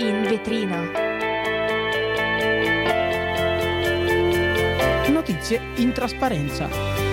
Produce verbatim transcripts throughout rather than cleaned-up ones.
in vetrina. Notizie in trasparenza.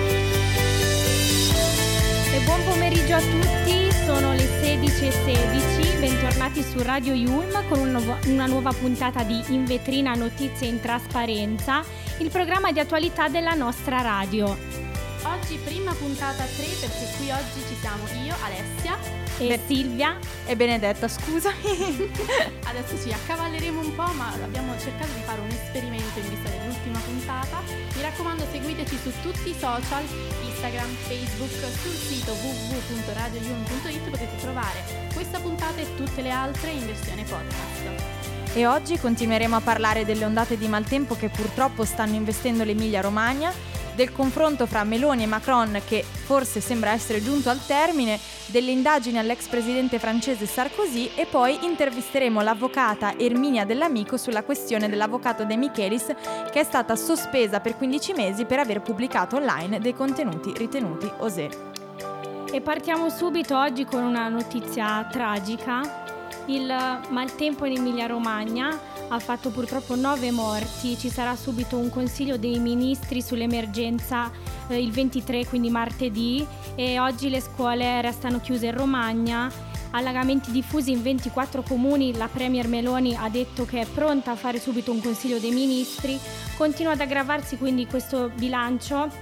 E buon pomeriggio a tutti, sono le sedici e sedici, bentornati su Radio Yulm con un nuovo, una nuova puntata di In Vetrina Notizie in Trasparenza, il programma di attualità della nostra radio. Oggi prima puntata tre, perché qui oggi ci siamo io, Alessia e Beh, Silvia e Benedetta, scusami. Adesso ci accavalleremo un po', ma abbiamo cercato di fare un esperimento in vista dell'ultima puntata. Mi raccomando, seguiteci su tutti i social, Instagram, Facebook, sul sito w w w punto radio yulm punto it potete trovare questa puntata e tutte le altre in versione podcast. E oggi continueremo a parlare delle ondate di maltempo che purtroppo stanno investendo l'Emilia Romagna, del confronto fra Meloni e Macron che forse sembra essere giunto al termine, delle indagini all'ex presidente francese Sarkozy e poi intervisteremo l'avvocata Erminia Dell'Amico sulla questione dell'avvocato De Michelis che è stata sospesa per quindici mesi per aver pubblicato online dei contenuti ritenuti osè. E partiamo subito oggi con una notizia tragica. Il maltempo in Emilia Romagna ha fatto purtroppo nove morti, ci sarà subito un consiglio dei ministri sull'emergenza eh, il ventitré, quindi martedì, e oggi le scuole restano chiuse in Romagna, allagamenti diffusi in ventiquattro comuni, la Premier Meloni ha detto che è pronta a fare subito un consiglio dei ministri, continua ad aggravarsi quindi questo bilancio.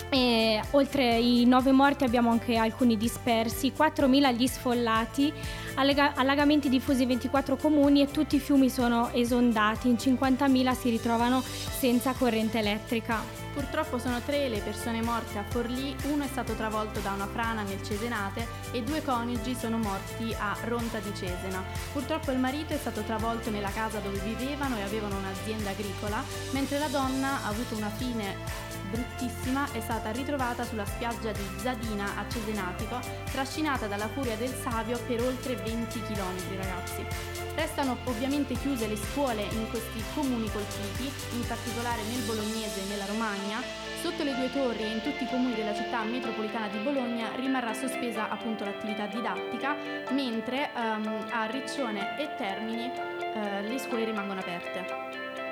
E oltre i nove morti abbiamo anche alcuni dispersi, quattromila gli sfollati, allega- allagamenti diffusi in ventiquattro comuni e tutti i fiumi sono esondati, in cinquantamila si ritrovano senza corrente elettrica. Purtroppo sono tre le persone morte a Forlì, uno è stato travolto da una frana nel Cesenate e due coniugi sono morti a Ronta di Cesena. Purtroppo il marito è stato travolto nella casa dove vivevano e avevano un'azienda agricola, mentre la donna ha avuto una fine bruttissima, è stata ritrovata sulla spiaggia di Zadina a Cesenatico, trascinata dalla furia del Savio per oltre venti chilometri, ragazzi. Restano ovviamente chiuse le scuole in questi comuni colpiti, in particolare nel Bolognese e nella Romagna. Sotto le due torri e in tutti i comuni della città metropolitana di Bologna rimarrà sospesa appunto l'attività didattica, mentre um, a Riccione e Termini uh, le scuole rimangono aperte.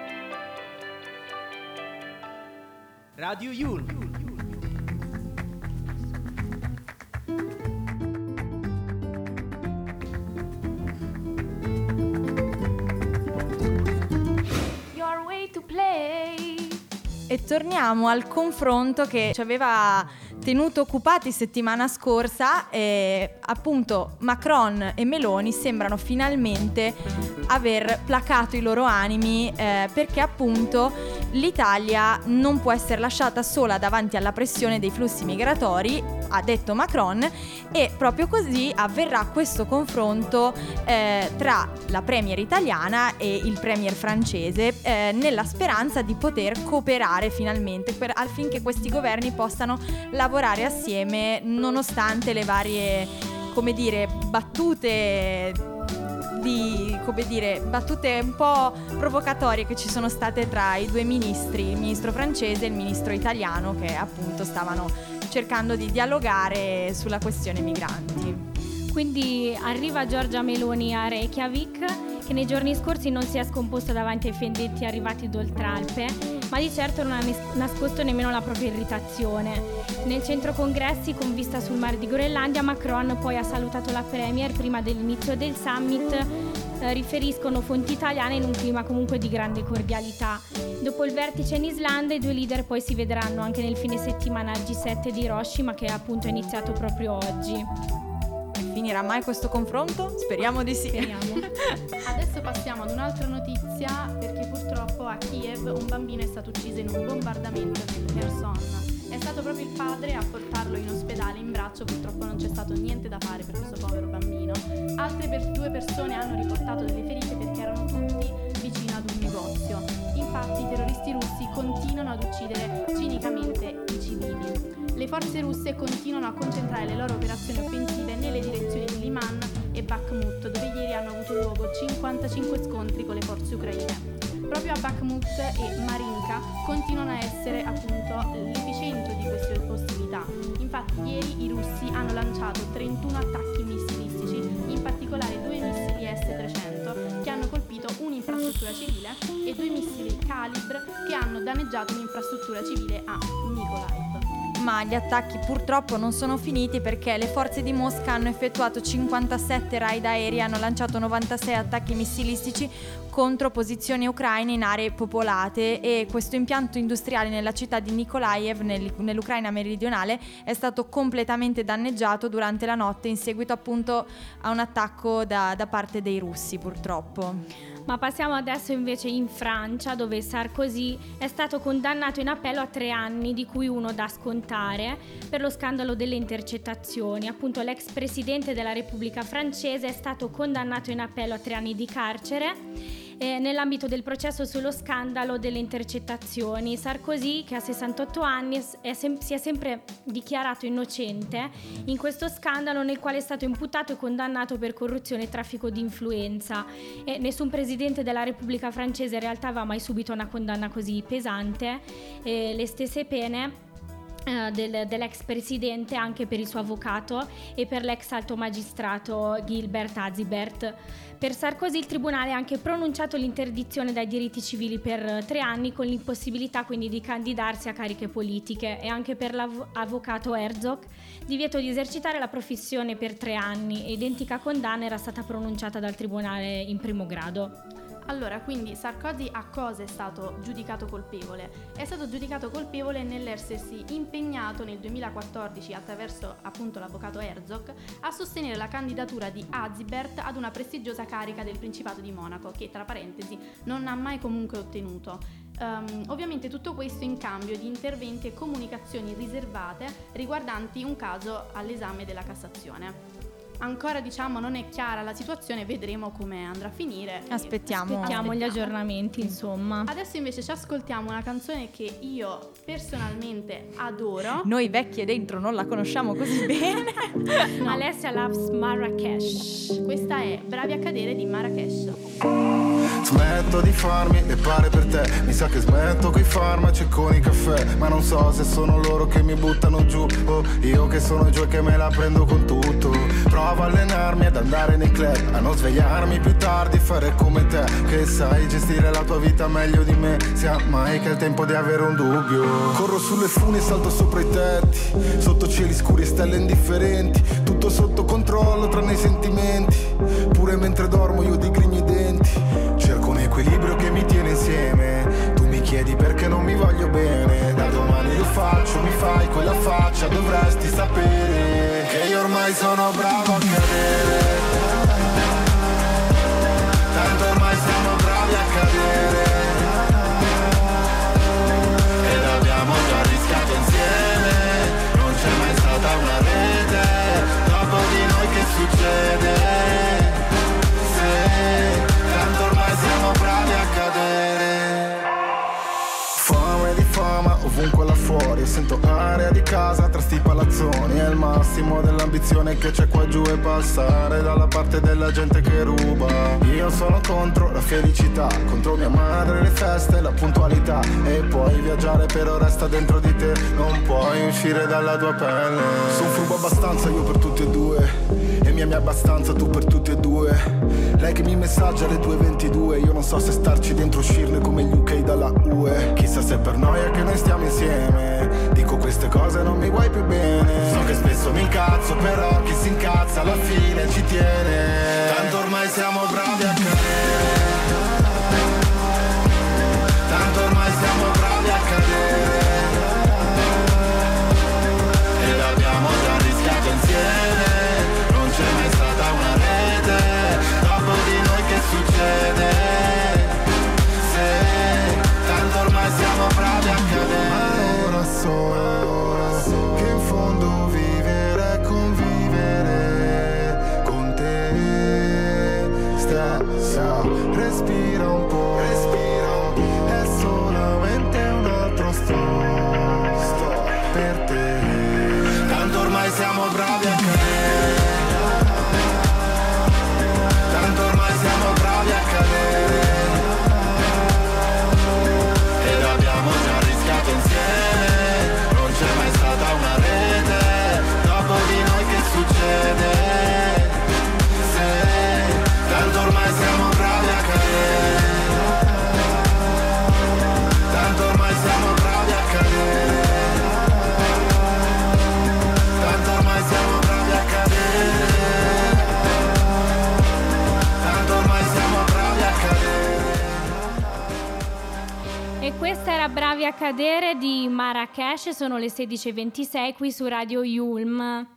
Radio Yulm. Your way to play. E torniamo al confronto che ci aveva tenuto occupati settimana scorsa e appunto Macron e Meloni sembrano finalmente aver placato i loro animi eh, perché appunto l'Italia non può essere lasciata sola davanti alla pressione dei flussi migratori, ha detto Macron, e proprio così avverrà questo confronto eh, tra la premier italiana e il premier francese eh, nella speranza di poter cooperare finalmente per, affinché questi governi possano lavorare assieme nonostante le varie, come dire, battute di, come dire, battute un po' provocatorie che ci sono state tra i due ministri, il ministro francese e il ministro italiano, che appunto stavano cercando di dialogare sulla questione migranti. Quindi arriva Giorgia Meloni a Reykjavik, che nei giorni scorsi non si è scomposta davanti ai fendetti arrivati d'Oltralpe, ma di certo non ha nascosto nemmeno la propria irritazione. Nel centro congressi con vista sul mare di Groenlandia, Macron poi ha salutato la Premier prima dell'inizio del summit, eh, riferiscono fonti italiane, in un clima comunque di grande cordialità. Dopo il vertice in Islanda, i due leader poi si vedranno anche nel fine settimana al G sette di Hiroshima, che è appunto iniziato proprio oggi. Finirà mai questo confronto? Speriamo di sì. Speriamo. Adesso passiamo ad un'altra notizia, perché purtroppo a Kiev un bambino è stato ucciso in un bombardamento di Kherson. È stato proprio il padre a portarlo in ospedale in braccio, purtroppo non c'è stato niente da fare per questo povero bambino. Altre per due persone hanno riportato delle ferite perché erano tutti vicino ad un negozio. Infatti i terroristi russi continuano ad uccidere cinicamente i civili. Le forze russe continuano a concentrare le loro operazioni offensive nelle direzioni di Liman e Bakhmut, dove ieri hanno avuto luogo cinquantacinque scontri con le forze ucraine. Proprio a Bakhmut e Marinka continuano a essere appunto l'epicentro di queste ostilità. Infatti ieri i russi hanno lanciato trentuno attacchi missilistici, in particolare due missili S trecento che hanno colpito un'infrastruttura civile e due missili Kalibr che hanno danneggiato un'infrastruttura civile a Mykolaiv. Ma gli attacchi purtroppo non sono finiti, perché le forze di Mosca hanno effettuato cinquantasette raid aerei e hanno lanciato novantasei attacchi missilistici contro posizioni ucraine in aree popolate, e questo impianto industriale nella città di Mykolaiv nel, nell'Ucraina meridionale è stato completamente danneggiato durante la notte in seguito appunto a un attacco da, da parte dei russi, purtroppo. Ma passiamo adesso invece in Francia, dove Sarkozy è stato condannato in appello a tre anni, di cui uno da scontare, per lo scandalo delle intercettazioni. Appunto, l'ex presidente della Repubblica francese è stato condannato in appello a tre anni di carcere eh, nell'ambito del processo sullo scandalo delle intercettazioni. Sarkozy, che ha sessantotto anni, è sem- si è sempre dichiarato innocente in questo scandalo, nel quale è stato imputato e condannato per corruzione e traffico di influenza. E nessun presidente della Repubblica francese in realtà aveva mai subito una condanna così pesante, e le stesse pene eh, del, dell'ex presidente anche per il suo avvocato e per l'ex alto magistrato Gilbert Azibert. Per Sarkozy il tribunale ha anche pronunciato l'interdizione dai diritti civili per tre anni, con l'impossibilità quindi di candidarsi a cariche politiche, e anche per l'avvocato Herzog divieto di esercitare la professione per tre anni. Identica condanna era stata pronunciata dal tribunale in primo grado. Allora, quindi Sarkozy a cosa è stato giudicato colpevole? È stato giudicato colpevole nell'essersi impegnato nel duemilaquattordici, attraverso appunto l'avvocato Herzog, a sostenere la candidatura di Azibert ad una prestigiosa carica del Principato di Monaco, che tra parentesi non ha mai comunque ottenuto. Um, ovviamente tutto questo in cambio di interventi e comunicazioni riservate riguardanti un caso all'esame della Cassazione. Ancora diciamo non è chiara la situazione, vedremo come andrà a finire. Aspettiamo, Aspettiamo gli aggiornamenti, insomma. Adesso invece ci ascoltiamo una canzone che io personalmente adoro. Noi vecchie dentro non la conosciamo così bene. No. Alessia loves Marrakesh. Questa è Bravi a cadere di Marrakesh. Smetto di farmi le pare per te, mi sa che smetto coi farmaci e con i caffè, ma non so se sono loro che mi buttano giù o io che sono giù e che me la prendo con tutto. Provo a allenarmi ad andare nei club, a non svegliarmi più tardi, fare come te che sai gestire la tua vita meglio di me. Sia mai che è il tempo di avere un dubbio. Corro sulle funi e salto sopra i tetti, sotto cieli scuri e stelle indifferenti, tutto sotto controllo tranne i sentimenti. Pure mentre dormo io digrigno i denti, cerco un equilibrio che mi tiene insieme. Tu mi chiedi perché non mi voglio bene, da domani lo faccio, mi fai quella faccia, dovresti sapere che io ormai sono bravo a cadere. Tanto ormai siamo bravi a cadere, ed abbiamo già rischiato insieme, non c'è mai stata una rete, dopo di noi che succede? Tanto ormai siamo bravi a cadere. Fame di fama ovunque là fuori, sento aria di casa tra sti palazzoni. È il massimo dell'ambizione che c'è qua giù, e passare dalla parte della gente che ruba. Io sono contro la felicità, contro mia madre, le feste, la puntualità. E puoi viaggiare però resta dentro di te, non puoi uscire dalla tua pelle. Sono furbo abbastanza io per tutti e due, e mi ami abbastanza tu per tutti e due. Lei che mi messaggia alle due e ventidue, io non so se starci dentro o uscirne come gli U K dalla U E. Chissà se per noia che noi stiamo insieme, dico queste cose non mi vuoi più bene. So che spesso mi incazzo, però chi si incazza alla fine ci tiene. Tanto ormai siamo bravi a cadere, tanto ormai siamo bravi a cadere, ed abbiamo già rischiato insieme, non c'è mai stata una rete, dopo di noi che succede? Se tanto ormai siamo bravi a cadere. Ma ora so che in fondo vivere è convivere con te stessa. Respira un po', respira un po', è solamente un altro sto, sto per te. Tanto ormai siamo bravi a cadere, tanto ormai siamo bravi a cadere, ed abbiamo già rischiato insieme, non c'è mai stata una rete, dopo di noi che succede? Se tanto ormai siamo bravi a cadere. Provavi a cadere di Marrakesh, sono le sedici e ventisei qui su Radio Yulm.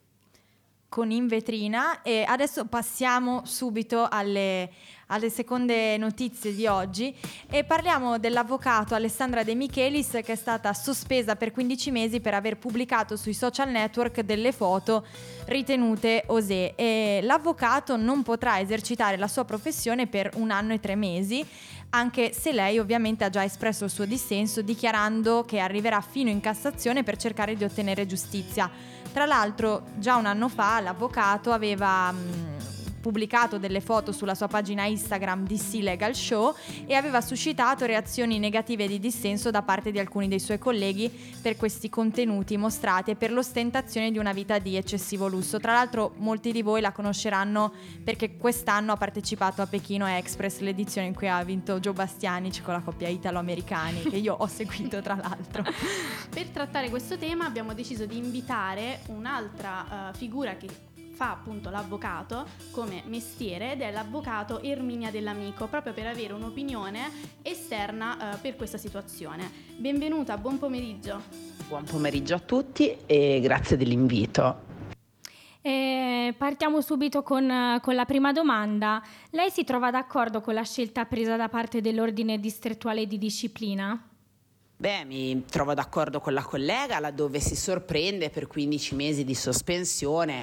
Con In Vetrina, e adesso passiamo subito alle, alle seconde notizie di oggi e parliamo dell'avvocato Alessandra De Michelis, che è stata sospesa per quindici mesi per aver pubblicato sui social network delle foto ritenute osè, e l'avvocato non potrà esercitare la sua professione per un anno e tre mesi, anche se lei ovviamente ha già espresso il suo dissenso, dichiarando che arriverà fino in Cassazione per cercare di ottenere giustizia. Tra l'altro, già un anno fa l'avvocato aveva mh, pubblicato delle foto sulla sua pagina Instagram D C Legal Show e aveva suscitato reazioni negative di dissenso da parte di alcuni dei suoi colleghi per questi contenuti mostrati e per l'ostentazione di una vita di eccessivo lusso. Tra l'altro molti di voi la conosceranno perché quest'anno ha partecipato a Pechino Express, l'edizione in cui ha vinto Joe Bastianic con la coppia italo-americani, che io ho seguito tra l'altro. Per trattare questo tema abbiamo deciso di invitare un'altra uh, figura che fa appunto l'avvocato come mestiere, ed è l'avvocato Erminia Dell'Amico, proprio per avere un'opinione esterna uh, per questa situazione. Benvenuta, buon pomeriggio. Buon pomeriggio a tutti e grazie dell'invito. E partiamo subito con, con la prima domanda. Lei si trova d'accordo con la scelta presa da parte dell'Ordine Distrettuale di Disciplina? Beh, mi trovo d'accordo con la collega, laddove si sorprende per quindici mesi di sospensione,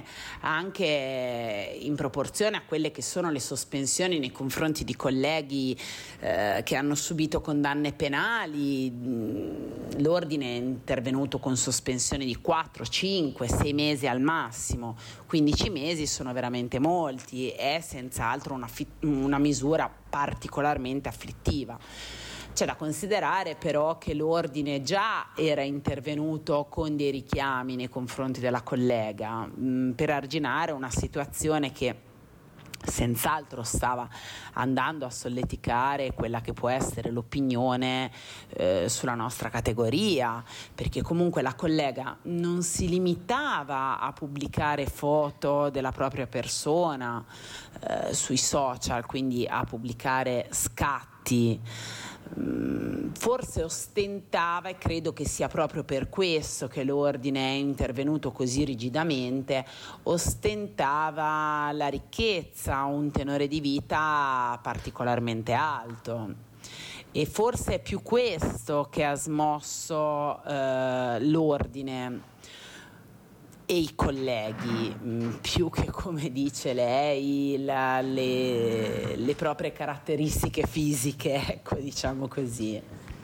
anche in proporzione a quelle che sono le sospensioni nei confronti di colleghi eh, che hanno subito condanne penali. L'ordine è intervenuto con sospensioni di quattro, cinque, sei mesi al massimo. quindici mesi sono veramente molti, è senz'altro una, fi- una misura particolarmente afflittiva. C'è da considerare però che l'ordine già era intervenuto con dei richiami nei confronti della collega mh, per arginare una situazione che senz'altro stava andando a solleticare quella che può essere l'opinione eh, sulla nostra categoria, perché comunque la collega non si limitava a pubblicare foto della propria persona eh, sui social, quindi a pubblicare scatti. Forse ostentava, e credo che sia proprio per questo che l'ordine è intervenuto così rigidamente, ostentava la ricchezza, un tenore di vita particolarmente alto. E forse è più questo che ha smosso eh, l'ordine e i colleghi, mh, più che, come dice lei, la, le, le proprie caratteristiche fisiche, ecco, diciamo così.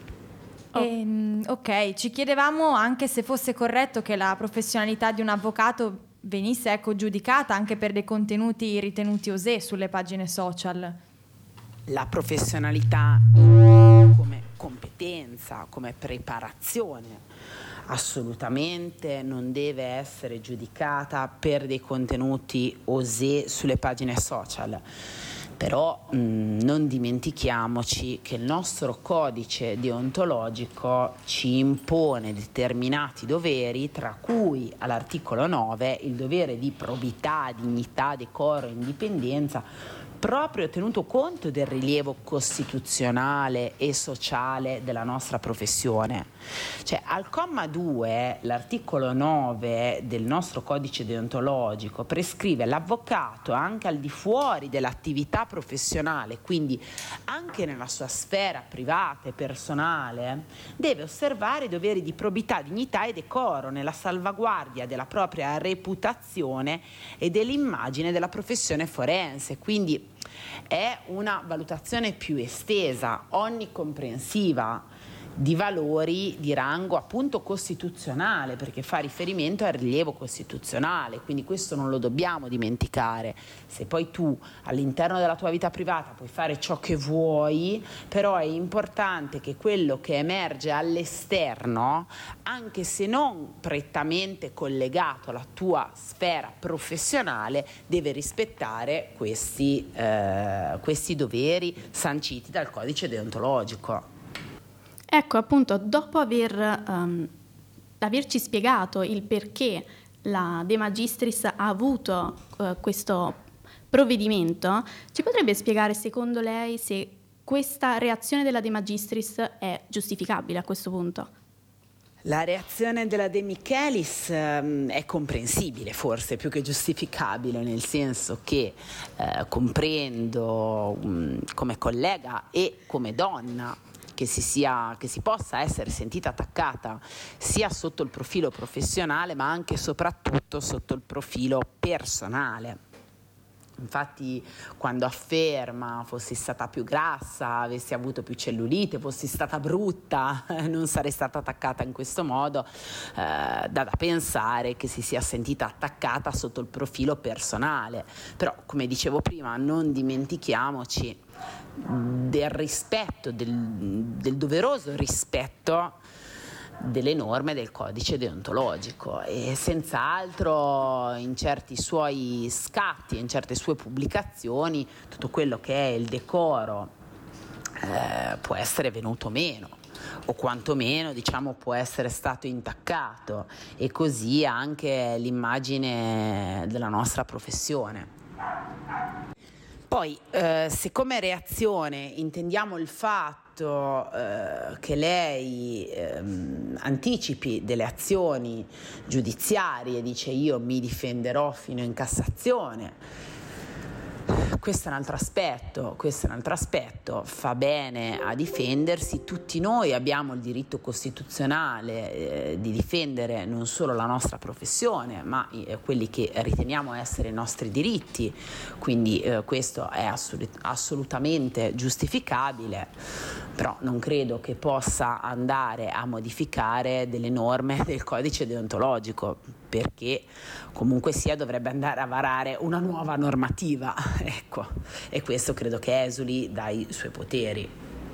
Oh. Ehm, ok, ci chiedevamo anche se fosse corretto che la professionalità di un avvocato venisse, ecco, giudicata anche per dei contenuti ritenuti osè sulle pagine social. La professionalità come competenza, come preparazione, assolutamente non deve essere giudicata per dei contenuti osè sulle pagine social. Però mh, non dimentichiamoci che il nostro codice deontologico ci impone determinati doveri, tra cui all'articolo nove il dovere di probità, dignità, decoro e indipendenza, proprio tenuto conto del rilievo costituzionale e sociale della nostra professione. Cioè, al comma due, l'articolo nove del nostro codice deontologico prescrive l'avvocato anche al di fuori dell'attività professionale, quindi anche nella sua sfera privata e personale, deve osservare i doveri di probità, dignità e decoro nella salvaguardia della propria reputazione e dell'immagine della professione forense. Quindi è una valutazione più estesa, onnicomprensiva, di valori di rango appunto costituzionale, perché fa riferimento al rilievo costituzionale, quindi questo non lo dobbiamo dimenticare. Se poi tu all'interno della tua vita privata puoi fare ciò che vuoi, però è importante che quello che emerge all'esterno, anche se non prettamente collegato alla tua sfera professionale, deve rispettare questi, eh, questi doveri sanciti dal codice deontologico. Ecco, appunto, dopo aver, um, averci spiegato il perché la De Magistris ha avuto uh, questo provvedimento, ci potrebbe spiegare secondo lei se questa reazione della De Magistris è giustificabile a questo punto? La reazione della De Michelis ehm, è comprensibile, forse più che giustificabile, nel senso che eh, comprendo mh, come collega e come donna che si, sia, che si possa essere sentita attaccata sia sotto il profilo professionale ma anche e soprattutto sotto il profilo personale. Infatti quando afferma fossi stata più grassa, avessi avuto più cellulite, fossi stata brutta, non sarei stata attaccata in questo modo, eh, dà da pensare che si sia sentita attaccata sotto il profilo personale. Però, come dicevo prima, non dimentichiamoci del rispetto, del, del doveroso rispetto delle norme del codice deontologico, e senz'altro in certi suoi scatti, in certe sue pubblicazioni, tutto quello che è il decoro eh, può essere venuto meno, o quantomeno diciamo può essere stato intaccato, e così anche l'immagine della nostra professione. Poi, eh, se come reazione intendiamo il fatto eh, che lei ehm, anticipi delle azioni giudiziarie, dice io mi difenderò fino in Cassazione, questo è un altro aspetto, questo è un altro aspetto, fa bene a difendersi, tutti noi abbiamo il diritto costituzionale eh, di difendere non solo la nostra professione, ma eh, quelli che riteniamo essere i nostri diritti, quindi eh, questo è assolut- assolutamente giustificabile, però non credo che possa andare a modificare delle norme del codice deontologico, perché comunque sia dovrebbe andare a varare una nuova normativa, ecco, e questo credo che esuli dai suoi poteri.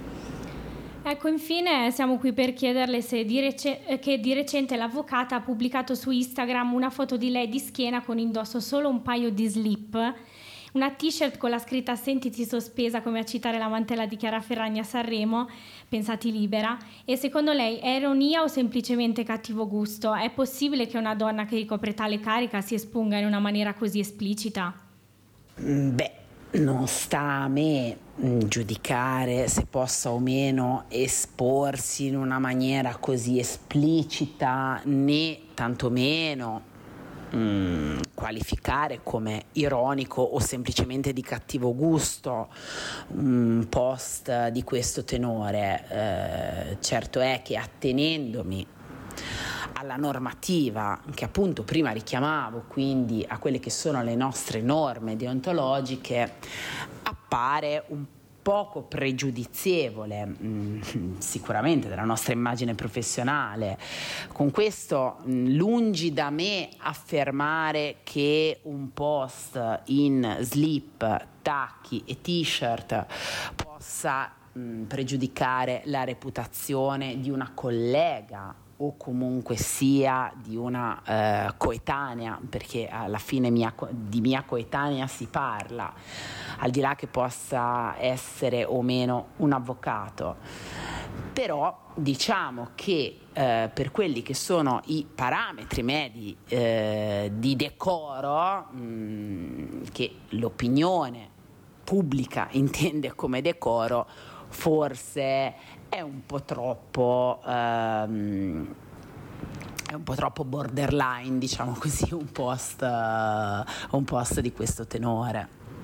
Ecco, infine siamo qui per chiederle se di rec- che di recente l'avvocata ha pubblicato su Instagram una foto di lei di schiena con indosso solo un paio di slip, una t-shirt con la scritta "Sentiti sospesa", come a citare la mantella di Chiara Ferragni a Sanremo, pensati libera, e secondo lei è ironia o semplicemente cattivo gusto? È possibile che una donna che ricopre tale carica si esponga in una maniera così esplicita? Beh, non sta a me giudicare se possa o meno esporsi in una maniera così esplicita, né tantomeno Mm, qualificare come ironico o semplicemente di cattivo gusto un post di questo tenore. Eh, certo è che, attenendomi alla normativa che appunto prima richiamavo, quindi a quelle che sono le nostre norme deontologiche, appare un poco pregiudizievole mh, sicuramente della nostra immagine professionale. Con questo, mh, lungi da me affermare che un post in slip, tacchi e t-shirt possa mh, pregiudicare la reputazione di una collega o comunque sia di una eh, coetanea, perché alla fine mia, di mia coetanea si parla, al di là che possa essere o meno un avvocato. Però diciamo che eh, per quelli che sono i parametri medi eh, di decoro, mh, che l'opinione pubblica intende come decoro, forse è un po' troppo ehm, è un po' troppo borderline, diciamo così, un post, uh, un post di questo tenore.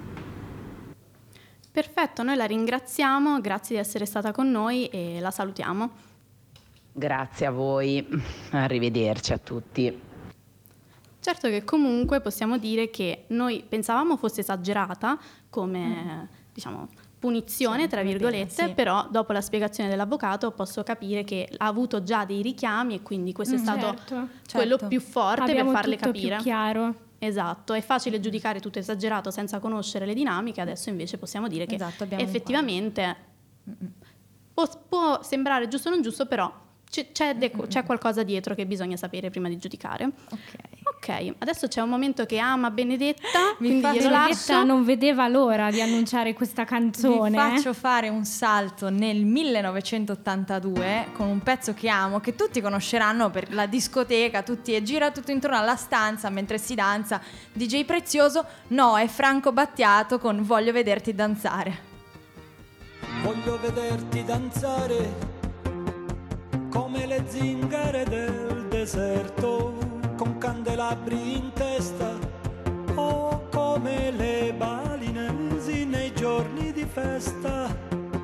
Perfetto, noi la ringraziamo, grazie di essere stata con noi e la salutiamo. Grazie a voi, arrivederci a tutti. Certo che comunque possiamo dire che noi pensavamo fosse esagerata come, mm. diciamo, punizione, sì, tra virgolette, bene, sì. Però dopo la spiegazione dell'avvocato posso capire che ha avuto già dei richiami e quindi questo mm, è stato certo, quello certo. più forte Abbiamo per farle tutto capire. Più chiaro. Esatto, è facile giudicare tutto esagerato senza conoscere le dinamiche, adesso invece possiamo dire che esatto, effettivamente può, può sembrare giusto o non giusto, però c'è, c'è, deco- c'è qualcosa dietro che bisogna sapere prima di giudicare. Ok. Ok, adesso c'è un momento che ama Benedetta, Mi quindi fa glielo Benedetta lascio. non vedeva l'ora di annunciare questa canzone. Vi faccio fare un salto nel millenovecentottantadue con un pezzo che amo, che tutti conosceranno per la discoteca, tutti e gira tutto intorno alla stanza mentre si danza. D J Prezioso, no, è Franco Battiato con Voglio vederti danzare. Voglio Voglio vederti danzare come le zingare del deserto, con candelabri in testa o come le balinesi nei giorni di festa.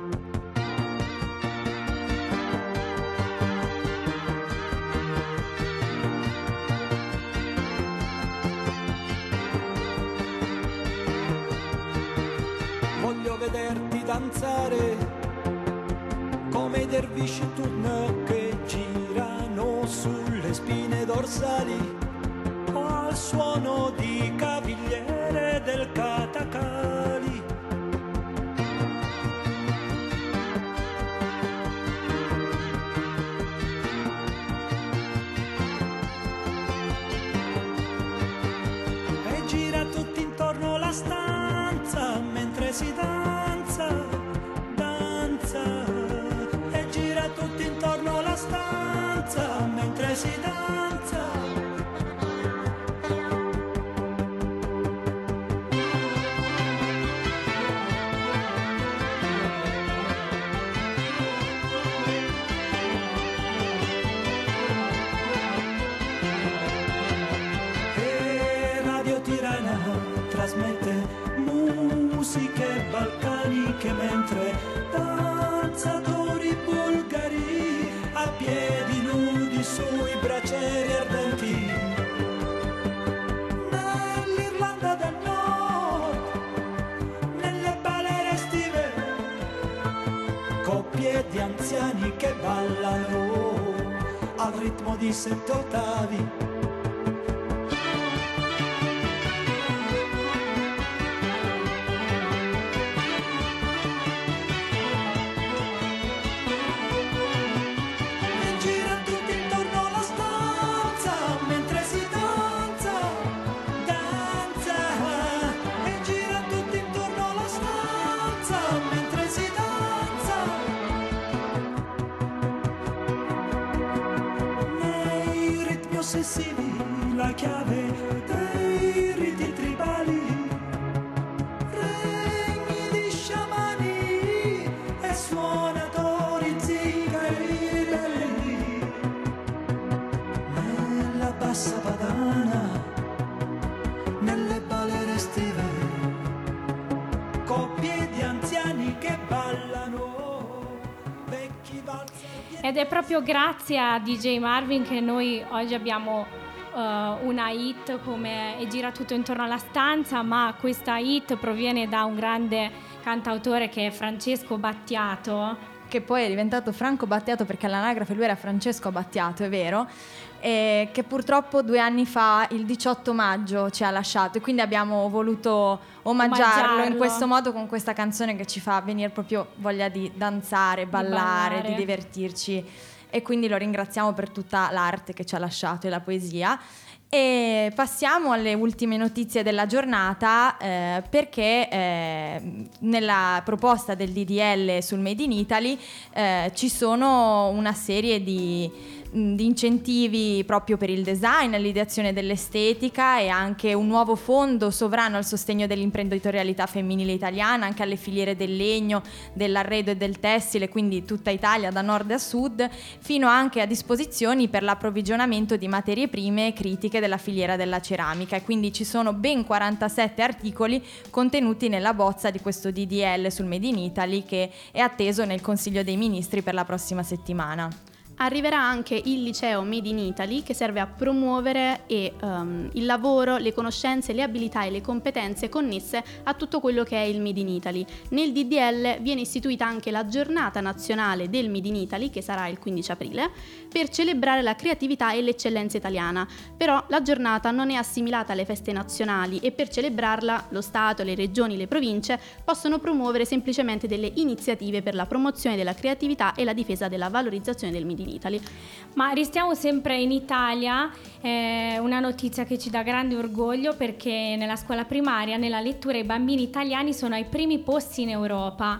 Voglio vederti danzare come i dervisci turno che girano sulle spine dorsali o al suono di cavigliere del Katakali. E gira tutti intorno la stanza mentre si danza, danza. E gira tutti intorno la stanza mentre si danza. E Radio Tirana trasmette musiche balcaniche mentre danzatori bulgari a piedi nudi sui bracieri ardenti. Nell'Irlanda del Nord, nelle balere estive, coppie di anziani che ballano al ritmo di sette ottavi. Ossessivi, la chiave dei riti tribali, regni di sciamani e suonatori zingari ribelli. Nella bassa padana, nelle balere estive, coppie di anziani che ballano, vecchi valzer. Ed è proprio grazie a D J Marvin che noi oggi abbiamo uh, una hit come E gira tutto intorno alla stanza, ma questa hit proviene da un grande cantautore che è Francesco Battiato, che poi è diventato Franco Battiato perché all'anagrafe lui era Francesco Battiato, è vero, e che purtroppo due anni fa, il diciotto maggio, ci ha lasciato, e quindi abbiamo voluto omaggiarlo, omaggiarlo in questo modo, con questa canzone che ci fa venire proprio voglia di danzare, ballare, di, ballare. di divertirci, e quindi lo ringraziamo per tutta l'arte che ci ha lasciato e la poesia. E passiamo alle ultime notizie della giornata, eh, perché eh, nella proposta del D D L sul Made in Italy eh, ci sono una serie di di incentivi proprio per il design, l'ideazione dell'estetica, e anche un nuovo fondo sovrano al sostegno dell'imprenditorialità femminile italiana, anche alle filiere del legno, dell'arredo e del tessile, quindi tutta Italia da nord a sud, fino anche a disposizioni per l'approvvigionamento di materie prime critiche della filiera della ceramica. E quindi ci sono ben quarantasette articoli contenuti nella bozza di questo D D L sul Made in Italy, che è atteso nel Consiglio dei Ministri per la prossima settimana. Arriverà anche il liceo Made in Italy, che serve a promuovere e, um, il lavoro, le conoscenze, le abilità e le competenze connesse a tutto quello che è il Made in Italy. Nel D D L viene istituita anche la giornata nazionale del Made in Italy, che sarà il quindici aprile, per celebrare la creatività e l'eccellenza italiana. Però la giornata non è assimilata alle feste nazionali, e per celebrarla lo Stato, le regioni, le province possono promuovere semplicemente delle iniziative per la promozione della creatività e la difesa della valorizzazione del Made in Italy. Ma restiamo sempre in Italia, è una notizia che ci dà grande orgoglio, perché nella scuola primaria, nella lettura, i bambini italiani sono ai primi posti in Europa.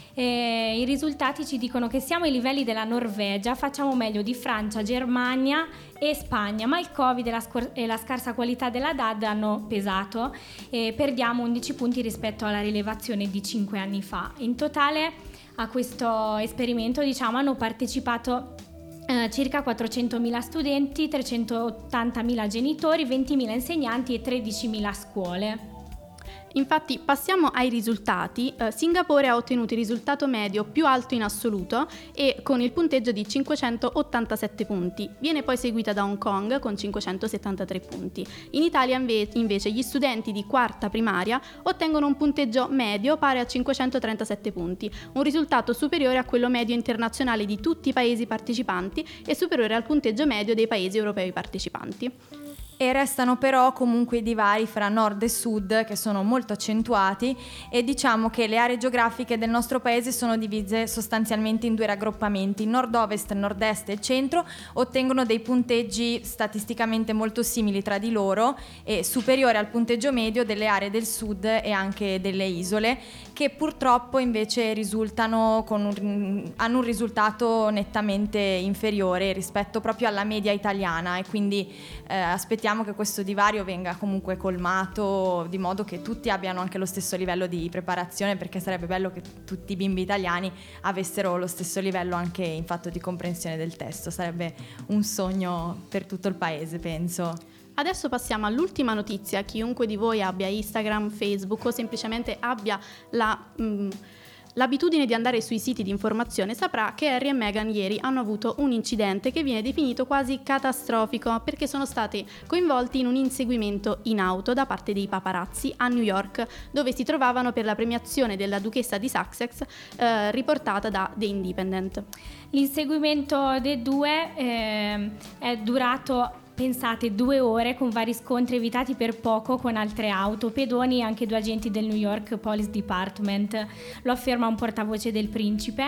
E i risultati ci dicono che siamo ai livelli della Norvegia, facciamo meglio di Francia, Germania e Spagna, ma il Covid e la, scor- e la scarsa qualità della D A D hanno pesato e perdiamo undici punti rispetto alla rilevazione di cinque anni fa. In totale a questo esperimento, diciamo, hanno partecipato eh, circa quattrocentomila studenti, trecentottantamila genitori, ventimila insegnanti e tredicimila scuole. Infatti, passiamo ai risultati. Eh, Singapore ha ottenuto il risultato medio più alto in assoluto e con il punteggio di cinquecentottantasette punti. Viene poi seguita da Hong Kong con cinquecentosettantatré punti. In Italia inve- invece gli studenti di quarta primaria ottengono un punteggio medio pari a cinquecentotrentasette punti, un risultato superiore a quello medio internazionale di tutti i paesi partecipanti e superiore al punteggio medio dei paesi europei partecipanti. E restano però comunque i divari fra nord e sud che sono molto accentuati e diciamo che le aree geografiche del nostro paese sono divise sostanzialmente in due raggruppamenti. Nord-ovest, nord-est e centro ottengono dei punteggi statisticamente molto simili tra di loro e superiori al punteggio medio delle aree del sud e anche delle isole, che purtroppo invece risultano con un, hanno un risultato nettamente inferiore rispetto proprio alla media italiana e quindi eh, aspettiamo che questo divario venga comunque colmato di modo che tutti abbiano anche lo stesso livello di preparazione, perché sarebbe bello che tutti i bimbi italiani avessero lo stesso livello anche in fatto di comprensione del testo. Sarebbe un sogno per tutto il paese, penso. Adesso passiamo all'ultima notizia. Chiunque di voi abbia Instagram, Facebook o semplicemente abbia la... Mm, l'abitudine di andare sui siti di informazione saprà che Harry e Meghan ieri hanno avuto un incidente che viene definito quasi catastrofico perché sono stati coinvolti in un inseguimento in auto da parte dei paparazzi a New York, dove si trovavano per la premiazione della duchessa di Sussex, eh, riportata da The Independent. L'inseguimento dei due eh, è durato, pensate, due ore con vari scontri evitati per poco con altre auto, pedoni e anche due agenti del New York Police Department. Lo afferma un portavoce del principe.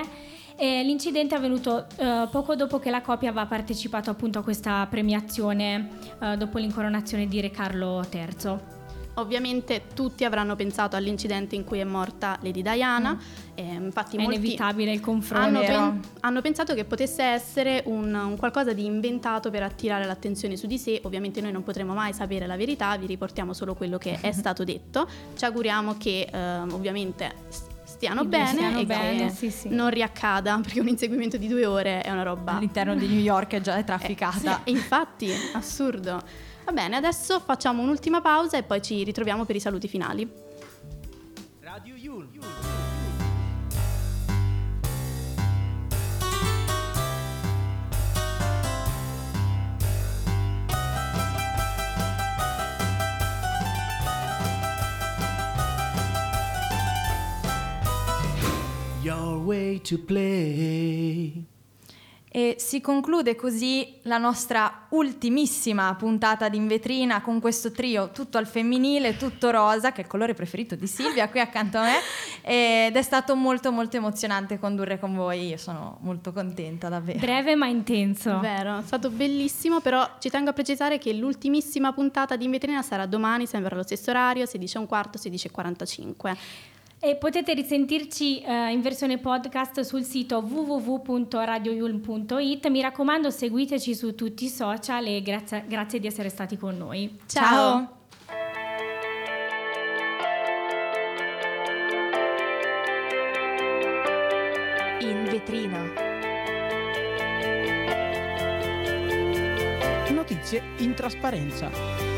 E l'incidente è avvenuto eh, poco dopo che la coppia aveva partecipato appunto a questa premiazione eh, dopo l'incoronazione di Re Carlo terzo. Ovviamente tutti avranno pensato all'incidente in cui è morta Lady Diana, mm. e infatti è molti inevitabile il confronto. Hanno, pen- hanno pensato che potesse essere un, un qualcosa di inventato per attirare l'attenzione su di sé. Ovviamente noi non potremo mai sapere la verità, vi riportiamo solo quello che è stato detto. Ci auguriamo che eh, ovviamente stiano bene stiano e bene, che sì, sì. non riaccada, perché un inseguimento di due ore è una roba All'interno di New York è già trafficata. eh, sì, infatti, assurdo. Va bene, adesso facciamo un'ultima pausa e poi ci ritroviamo per i saluti finali. Radio Yul. Your way to play. E si conclude così la nostra ultimissima puntata di In Vetrina con questo trio tutto al femminile, tutto rosa, che è il colore preferito di Silvia qui accanto a me, ed è stato molto molto emozionante condurre con voi. Io sono molto contenta, davvero. Breve ma intenso. Vero, è stato bellissimo, però ci tengo a precisare che l'ultimissima puntata di In Vetrina sarà domani, sempre allo stesso orario, sedici e un quarto, sedici e quarantacinque. E potete risentirci eh, in versione podcast sul sito w w w punto radio yulm punto i t. Mi raccomando, seguiteci su tutti i social e grazie, grazie di essere stati con noi. Ciao! In vetrina. Notizie in trasparenza.